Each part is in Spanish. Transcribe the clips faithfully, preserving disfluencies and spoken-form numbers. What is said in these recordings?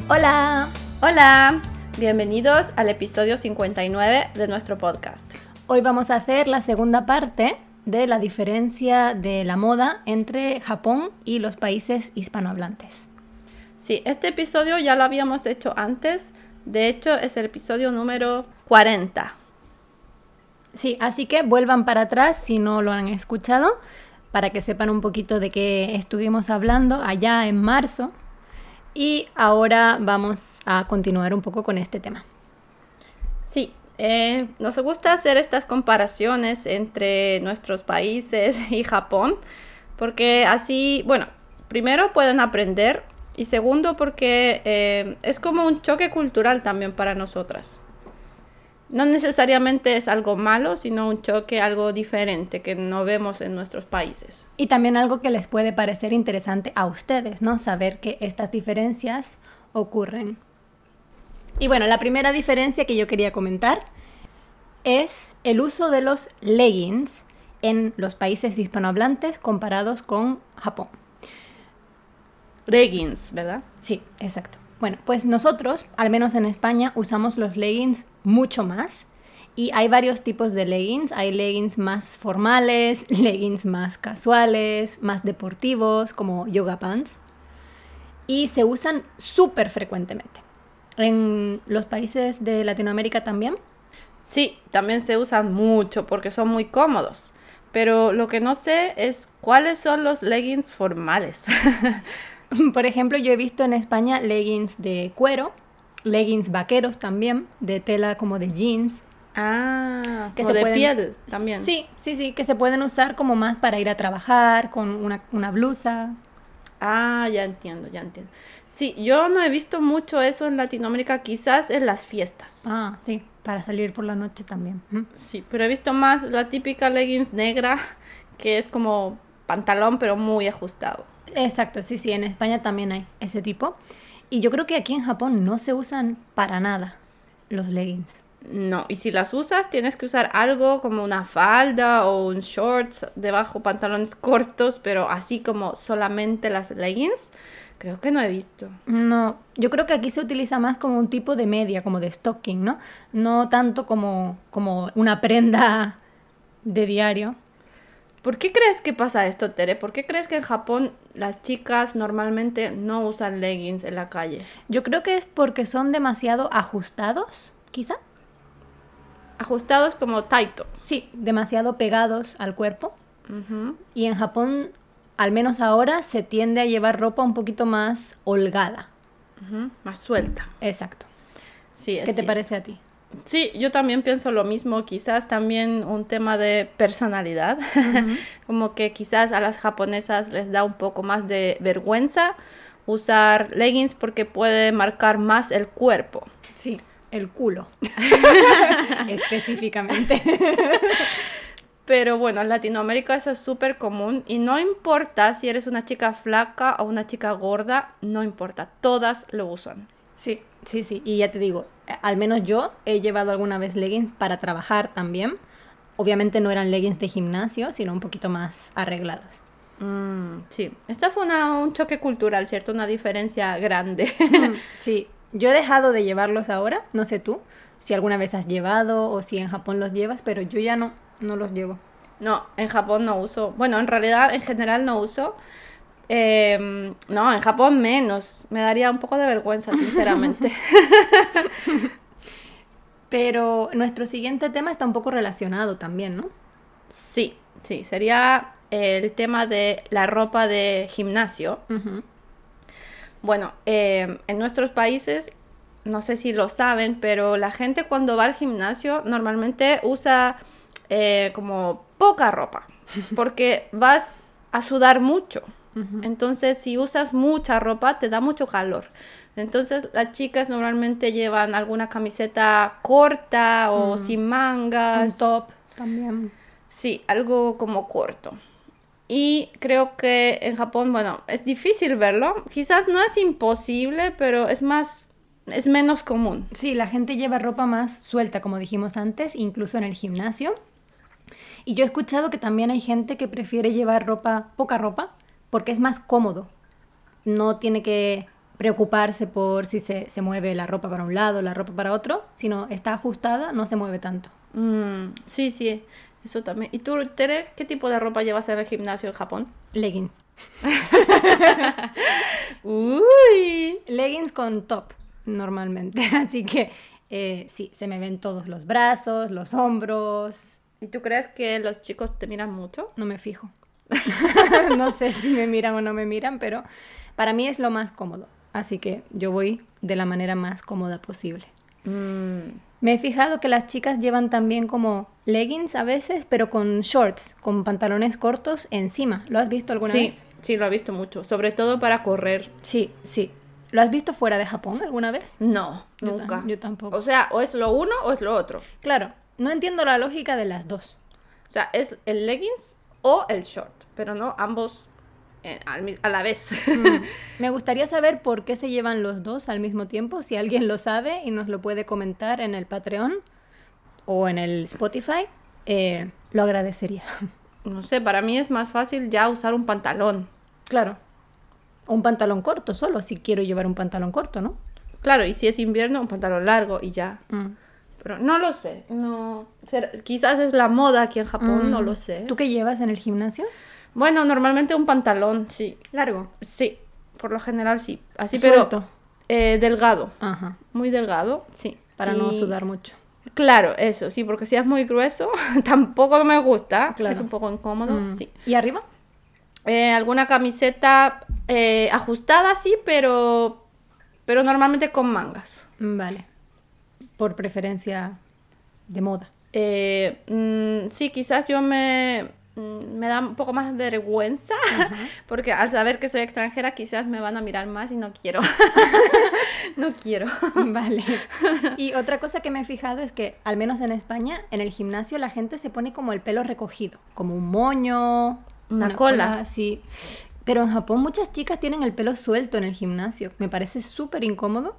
Hola. Hola, bienvenidos al episodio cincuenta y nueve de nuestro podcast. Hoy vamos a hacer la segunda parte de la diferencia de la moda entre Japón y los países hispanohablantes. Sí, este episodio ya lo habíamos hecho antes, de hecho es el episodio número cuarenta. Sí, así que vuelvan para atrás si no lo han escuchado, para que sepan un poquito de qué estuvimos hablando allá en marzo. Y ahora vamos a continuar un poco con este tema. Sí, eh, nos gusta hacer estas comparaciones entre nuestros países y Japón, porque así, bueno, primero pueden aprender y segundo porque eh, es como un choque cultural también para nosotras. No necesariamente es algo malo, sino un choque, algo diferente que no vemos en nuestros países. Y también algo que les puede parecer interesante a ustedes, ¿no? Saber que estas diferencias ocurren. Y bueno, la primera diferencia que yo quería comentar es el uso de los leggings en los países hispanohablantes comparados con Japón. Leggings, ¿verdad? Sí, exacto. Bueno, pues nosotros, al menos en España, usamos los leggings mucho más. Y hay varios tipos de leggings. Hay leggings más formales, leggings más casuales, más deportivos, como yoga pants. Y se usan súper frecuentemente. ¿En los países de Latinoamérica también? Sí, también se usan mucho porque son muy cómodos. Pero lo que no sé es cuáles son los leggings formales. Por ejemplo, yo he visto en España leggings de cuero, leggings vaqueros también, de tela como de jeans. Ah, que como se de pueden... piel también. Sí, sí, sí, que se pueden usar como más para ir a trabajar, con una, una blusa. Ah, ya entiendo, ya entiendo. Sí, yo no he visto mucho eso en Latinoamérica, quizás en las fiestas. Ah, sí, para salir por la noche también. ¿Mm? Sí, pero he visto más la típica leggings negra, que es como pantalón, pero muy ajustado. Exacto, sí, sí, en España también hay ese tipo. Y yo creo que aquí en Japón no se usan para nada los leggings. No, y si las usas, tienes que usar algo como una falda o un shorts debajo, pantalones cortos, pero así como solamente las leggings, creo que no he visto. No, yo creo que aquí se utiliza más como un tipo de media, como de stocking, ¿no? No tanto como, como una prenda de diario. ¿Por qué crees que pasa esto, Tere? ¿Por qué crees que en Japón las chicas normalmente no usan leggings en la calle? Yo creo que es porque son demasiado ajustados, quizá. Ajustados como taito. Sí, demasiado pegados al cuerpo. Uh-huh. Y en Japón, al menos ahora, se tiende a llevar ropa un poquito más holgada. Uh-huh. Más suelta. Exacto. Sí, es ¿Qué te cierto. parece a ti? Sí, yo también pienso lo mismo, quizás también un tema de personalidad, uh-huh. Como que quizás a las japonesas les da un poco más de vergüenza usar leggings porque puede marcar más el cuerpo. Sí, el culo, específicamente. Pero bueno, en Latinoamérica eso es súper común y no importa si eres una chica flaca o una chica gorda, no importa, todas lo usan. Sí, sí, sí, y ya te digo, al menos yo he llevado alguna vez leggings para trabajar también. Obviamente no eran leggings de gimnasio, sino un poquito más arreglados. Mm, sí, esta fue una, un choque cultural, ¿cierto? Una diferencia grande. Sí, yo he dejado de llevarlos ahora, no sé tú, si alguna vez has llevado o si en Japón los llevas, pero yo ya no, no los llevo. No, en Japón no uso, bueno, en realidad en general no uso. Eh, no, en Japón menos. Me daría un poco de vergüenza, sinceramente. Pero nuestro siguiente tema está un poco relacionado también, ¿no? Sí, sí. Sería el tema de la ropa de gimnasio. Uh-huh. Bueno, eh, en nuestros países, no sé si lo saben, pero la gente cuando va al gimnasio normalmente usa eh, como poca ropa. Porque vas a sudar mucho. Uh-huh. Entonces, si usas mucha ropa, te da mucho calor. Entonces, las chicas normalmente llevan alguna camiseta corta o mm. sin mangas. Un top también. Sí, algo como corto. Y creo que en Japón, bueno, es difícil verlo. Quizás no es imposible, pero es más, es menos común. Sí, la gente lleva ropa más suelta, como dijimos antes, incluso en el gimnasio. Y yo he escuchado que también hay gente que prefiere llevar ropa, poca ropa, porque es más cómodo. No tiene que preocuparse por si se, se mueve la ropa para un lado, la ropa para otro, sino está ajustada, no se mueve tanto. Mm, sí, sí, eso también. ¿Y tú, Tere, qué tipo de ropa llevas en el gimnasio en Japón? Leggings. Uy. Leggings con top, normalmente. Así que eh, sí, se me ven todos los brazos, los hombros. ¿Y tú crees que los chicos te miran mucho? No me fijo. No sé si me miran o no me miran, pero para mí es lo más cómodo. Así que yo voy de la manera más cómoda posible. Mm. Me he fijado que las chicas llevan también como leggings a veces, pero con shorts, con pantalones cortos encima. ¿Lo has visto alguna Sí, vez? sí, lo he visto mucho, sobre todo para correr. Sí, sí. ¿Lo has visto fuera de Japón alguna vez? No, Yo nunca. tam- yo tampoco. O sea, o es lo uno o es lo otro. Claro, no entiendo la lógica de las dos. O sea, es el leggings o el short, pero no ambos eh, al mi- a la vez. Mm. Me gustaría saber por qué se llevan los dos al mismo tiempo. Si alguien lo sabe y nos lo puede comentar en el Patreon o en el Spotify, eh, lo agradecería. No sé, para mí es más fácil ya usar un pantalón. Claro. O un pantalón corto solo, si quiero llevar un pantalón corto, ¿no? Claro, y si es invierno, un pantalón largo y ya. Mm. Pero no lo sé, no. Será- Quizás es la moda aquí en Japón, Mm. no lo sé. ¿Tú qué llevas en el gimnasio? Bueno, normalmente un pantalón, sí. Largo. Sí, por lo general sí. Así, pero Suelto. eh, delgado. Ajá. Muy delgado, sí. Para no Y- sudar mucho. Claro, eso, sí, porque si es muy grueso, tampoco me gusta. Claro. Es un poco incómodo, Mm. sí. ¿Y arriba? Eh, alguna camiseta eh, ajustada, sí, pero, pero normalmente con mangas. Mm, Vale. Por preferencia de moda. Eh, mm, sí, quizás yo me, mm, me da un poco más de vergüenza, porque al saber que soy extranjera quizás me van a mirar más y no quiero. No quiero. Vale. Y otra cosa que me he fijado es que, al menos en España, en el gimnasio la gente se pone como el pelo recogido, como un moño, Una cola. sí. Pero en Japón muchas chicas tienen el pelo suelto en el gimnasio. Me parece súper incómodo.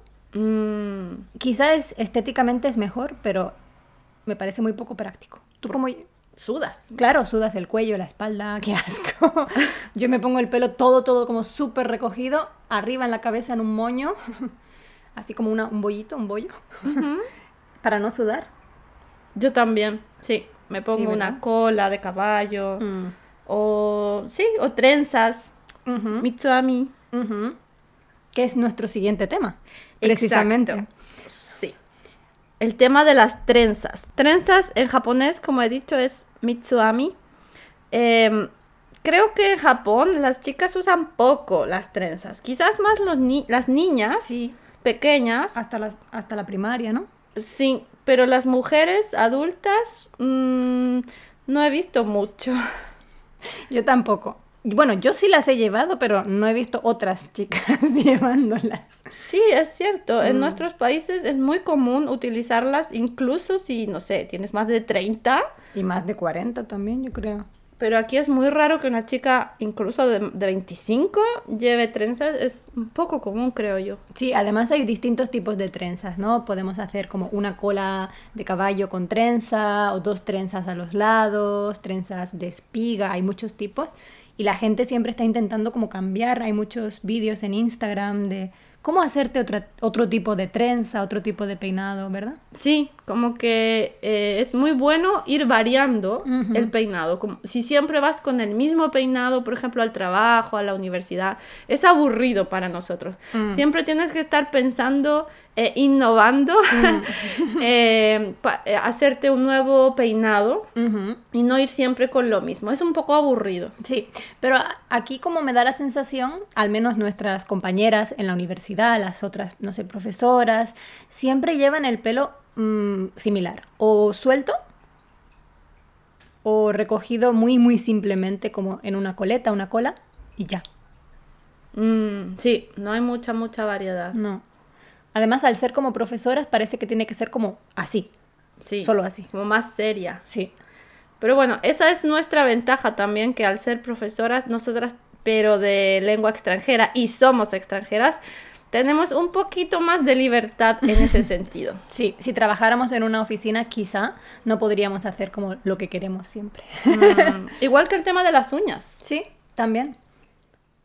Mm, Quizás estéticamente es mejor, pero me parece muy poco práctico. ¿Tú cómo...? sudas. Claro, sudas el cuello, la espalda, qué asco. Yo me pongo el pelo todo, todo como súper recogido, arriba en la cabeza en un moño, así como una, un bollito, un bollo, Ujú. para no sudar. Yo también, sí. Me Sí, pongo ¿verdad? una cola de caballo. Mm. O, sí, o trenzas. Ujú, Mitsuami. ujú. Que es nuestro siguiente tema, precisamente. Exacto. Sí. El tema de las trenzas. Trenzas en japonés, como he dicho, es mitsuami. Em, creo que en Japón las chicas usan poco las trenzas. Quizás más los ni- las niñas Sí, pequeñas. hasta, las, hasta la primaria, ¿no? Sí, pero las mujeres adultas mm, no he visto mucho. Yo tampoco. Bueno, yo sí las he llevado, pero no he visto otras chicas llevándolas. Sí, es cierto. En Mm. nuestros países es muy común utilizarlas, incluso si, no sé, tienes más de treinta. Y más de cuarenta también, yo creo. Pero aquí es muy raro que una chica, incluso de, de veinticinco, lleve trenzas. Es un poco común, creo yo. Sí, además hay distintos tipos de trenzas, ¿no? Podemos hacer como una cola de caballo con trenza o dos trenzas a los lados, trenzas de espiga, hay muchos tipos. Y la gente siempre está intentando como cambiar. Hay muchos vídeos en Instagram de cómo hacerte otra, otro tipo de trenza, otro tipo de peinado, ¿verdad? Sí, como que eh, es muy bueno ir variando Ujú. el peinado. Como, si siempre vas con el mismo peinado, por ejemplo, al trabajo, a la universidad, es aburrido para nosotros. Mm. Siempre tienes que estar pensando, eh, innovando, eh, pa- eh, hacerte un nuevo peinado Ujú. y no ir siempre con lo mismo. Es un poco aburrido. Sí, pero a- aquí como me da la sensación, al menos nuestras compañeras en la universidad, las otras, no sé, profesoras, siempre llevan el pelo mm, similar, o suelto, o recogido muy, muy simplemente como en una coleta, una cola, y ya, Mm, sí, no hay mucha, mucha variedad. no. Además, al ser como profesoras, parece que tiene que ser como así, Sí, solo así. como más seria. Sí. Pero bueno, esa es nuestra ventaja también, que al ser profesoras, nosotras, pero de lengua extranjera, y somos extranjeras, tenemos un poquito más de libertad en ese sentido. Sí, si trabajáramos en una oficina, quizá no podríamos hacer como lo que queremos siempre. Mm, igual que el tema de las uñas. Sí, también.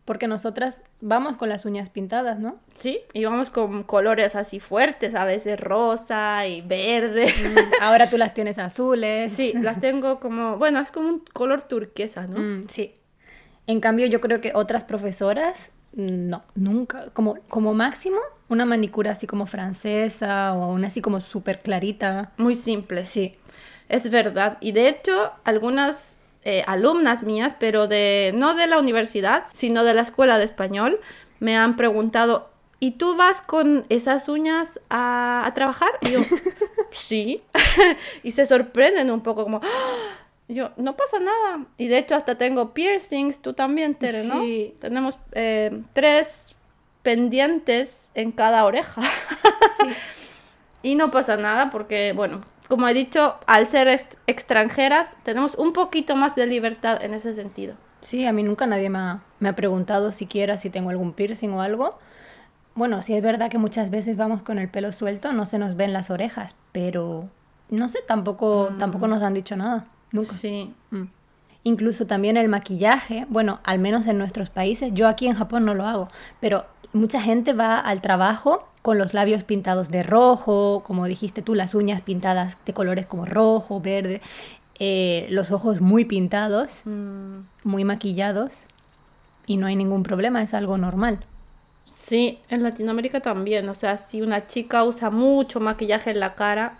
Porque nosotras vamos con las uñas pintadas, ¿no? Sí, y vamos con colores así fuertes, a veces rosa y verde. Mm, ahora tú las tienes azules. Sí, las tengo como, bueno, es como un color turquesa, ¿no? Mm, sí. En cambio, yo creo que otras profesoras, no, nunca. Como, como máximo, una manicura así como francesa o una así como súper clarita. Muy simple. Sí. Es verdad. Y de hecho, algunas eh, alumnas mías, pero de no de la universidad, sino de la escuela de español, me han preguntado, ¿y tú vas con esas uñas a, a trabajar? Y yo, sí. Y se sorprenden un poco como, ¡ah! Yo, no pasa nada. Y de hecho hasta tengo piercings, tú también, Tere, ¿no? Sí. Tenemos eh, tres pendientes en cada oreja. Sí. Y no pasa nada porque, bueno, como he dicho, al ser est- extranjeras tenemos un poquito más de libertad en ese sentido. Sí, a mí nunca nadie me ha, me ha preguntado siquiera si tengo algún piercing o algo. Bueno, sí es verdad que muchas veces vamos con el pelo suelto, no se nos ven las orejas, pero no sé, tampoco, Mm. tampoco nos han dicho nada, nunca. Sí. Mm. Incluso también el maquillaje, bueno, al menos en nuestros países, yo aquí en Japón no lo hago, pero mucha gente va al trabajo con los labios pintados de rojo, como dijiste tú, las uñas pintadas de colores como rojo, verde, eh, los ojos muy pintados, Mm. muy maquillados, y no hay ningún problema, es algo normal. Sí, en Latinoamérica también. O sea, si una chica usa mucho maquillaje en la cara,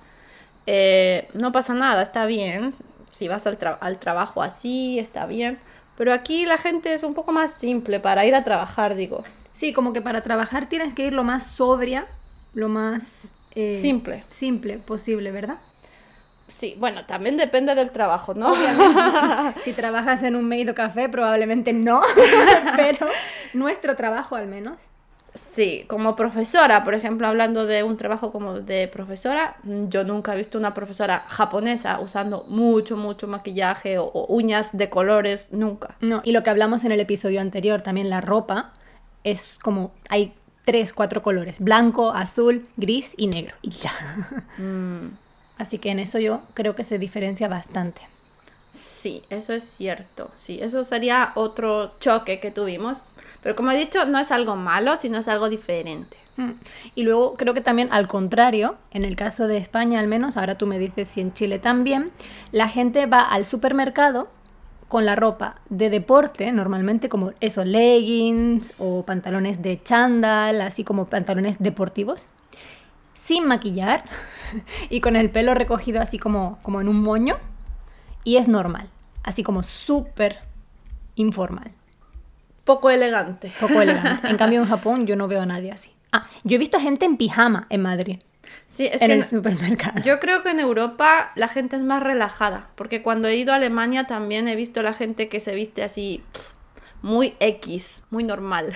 eh, no pasa nada, está bien. Si vas al, tra- al trabajo así, está bien. Pero aquí la gente es un poco más simple para ir a trabajar, digo. Sí, como que para trabajar tienes que ir lo más sobria, lo más eh, Simple. simple posible, ¿verdad? Sí, bueno, también depende del trabajo, ¿no? Obviamente, si, si trabajas en un Meido Café, probablemente no, pero nuestro trabajo al menos. Sí, como profesora, por ejemplo, hablando de un trabajo como de profesora, yo nunca he visto una profesora japonesa usando mucho, mucho maquillaje o, o uñas de colores, nunca. No, y lo que hablamos en el episodio anterior, también la ropa, es como, hay tres, cuatro colores, blanco, azul, gris y negro, y ya. Mm, Así que en eso yo creo que se diferencia bastante. sí, eso es cierto. Sí, eso sería otro choque que tuvimos. Pero como he dicho, no es algo malo, sino es algo diferente. Mm. Y luego creo que también al contrario, en el caso de España al menos, ahora tú me dices si en Chile también, la gente va al supermercado con la ropa de deporte, normalmente como esos leggings o pantalones de chándal, así como pantalones deportivos, sin maquillar y con el pelo recogido así como, como en un moño, y es normal, así como súper informal. Poco elegante. Poco elegante. En cambio, en Japón yo no veo a nadie así. Ah, yo he visto a gente en pijama en Madrid, Sí, es en que el en- supermercado. yo creo que en Europa la gente es más relajada, porque cuando he ido a Alemania también he visto a la gente que se viste así pff, muy X, muy normal.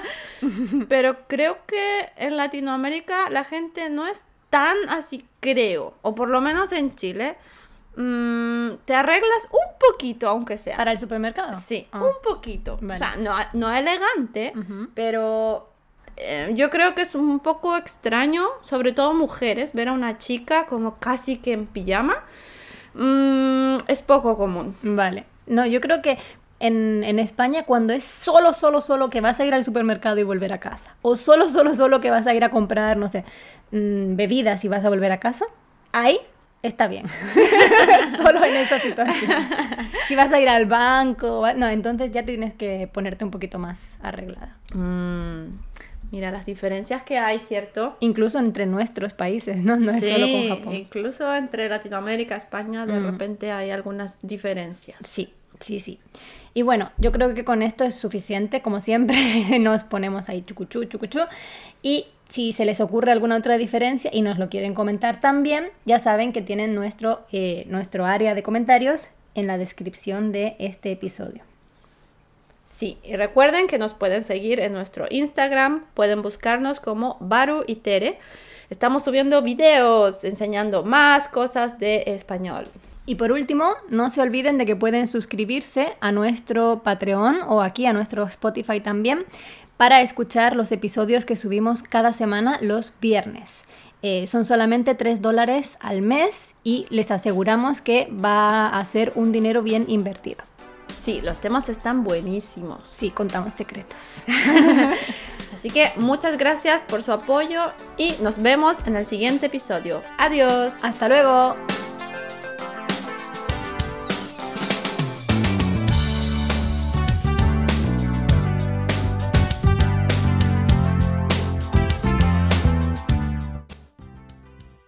Pero creo que en Latinoamérica la gente no es tan así, creo, o por lo menos en Chile, mm, te arreglas un poquito, aunque sea. ¿Para el supermercado? Sí, Ah. un poquito. Vale. O sea, no, no elegante, Ujú. pero eh, yo creo que es un poco extraño, sobre todo mujeres, ver a una chica como casi que en pijama. Mm, es poco común. Vale. No, yo creo que en, en España cuando es solo, solo, solo que vas a ir al supermercado y volver a casa, o solo, solo, solo que vas a ir a comprar, no sé, mm, bebidas y vas a volver a casa, ahí está bien. Solo en esta situación. Si vas a ir al banco, va- no, entonces ya tienes que ponerte un poquito más arreglada. Mm, mira las diferencias que hay, ¿cierto? Incluso entre nuestros países, ¿no? No es Sí, solo con Japón. incluso entre Latinoamérica y España de Mm. repente hay algunas diferencias. Sí, sí, sí. Y bueno, yo creo que con esto es suficiente. Como siempre, nos ponemos ahí chucuchú, chucuchú. Y si se les ocurre alguna otra diferencia y nos lo quieren comentar también, ya saben que tienen nuestro, eh, nuestro área de comentarios en la descripción de este episodio. Sí, y recuerden que nos pueden seguir en nuestro Instagram, pueden buscarnos como Baru y Tere. Estamos subiendo videos enseñando más cosas de español. Y por último, no se olviden de que pueden suscribirse a nuestro Patreon o aquí a nuestro Spotify también para escuchar los episodios que subimos cada semana los viernes. Eh, son solamente tres dólares al mes y les aseguramos que va a ser un dinero bien invertido. Sí, los temas están buenísimos. Sí, contamos secretos. Así que muchas gracias por su apoyo y nos vemos en el siguiente episodio. Adiós. Hasta luego.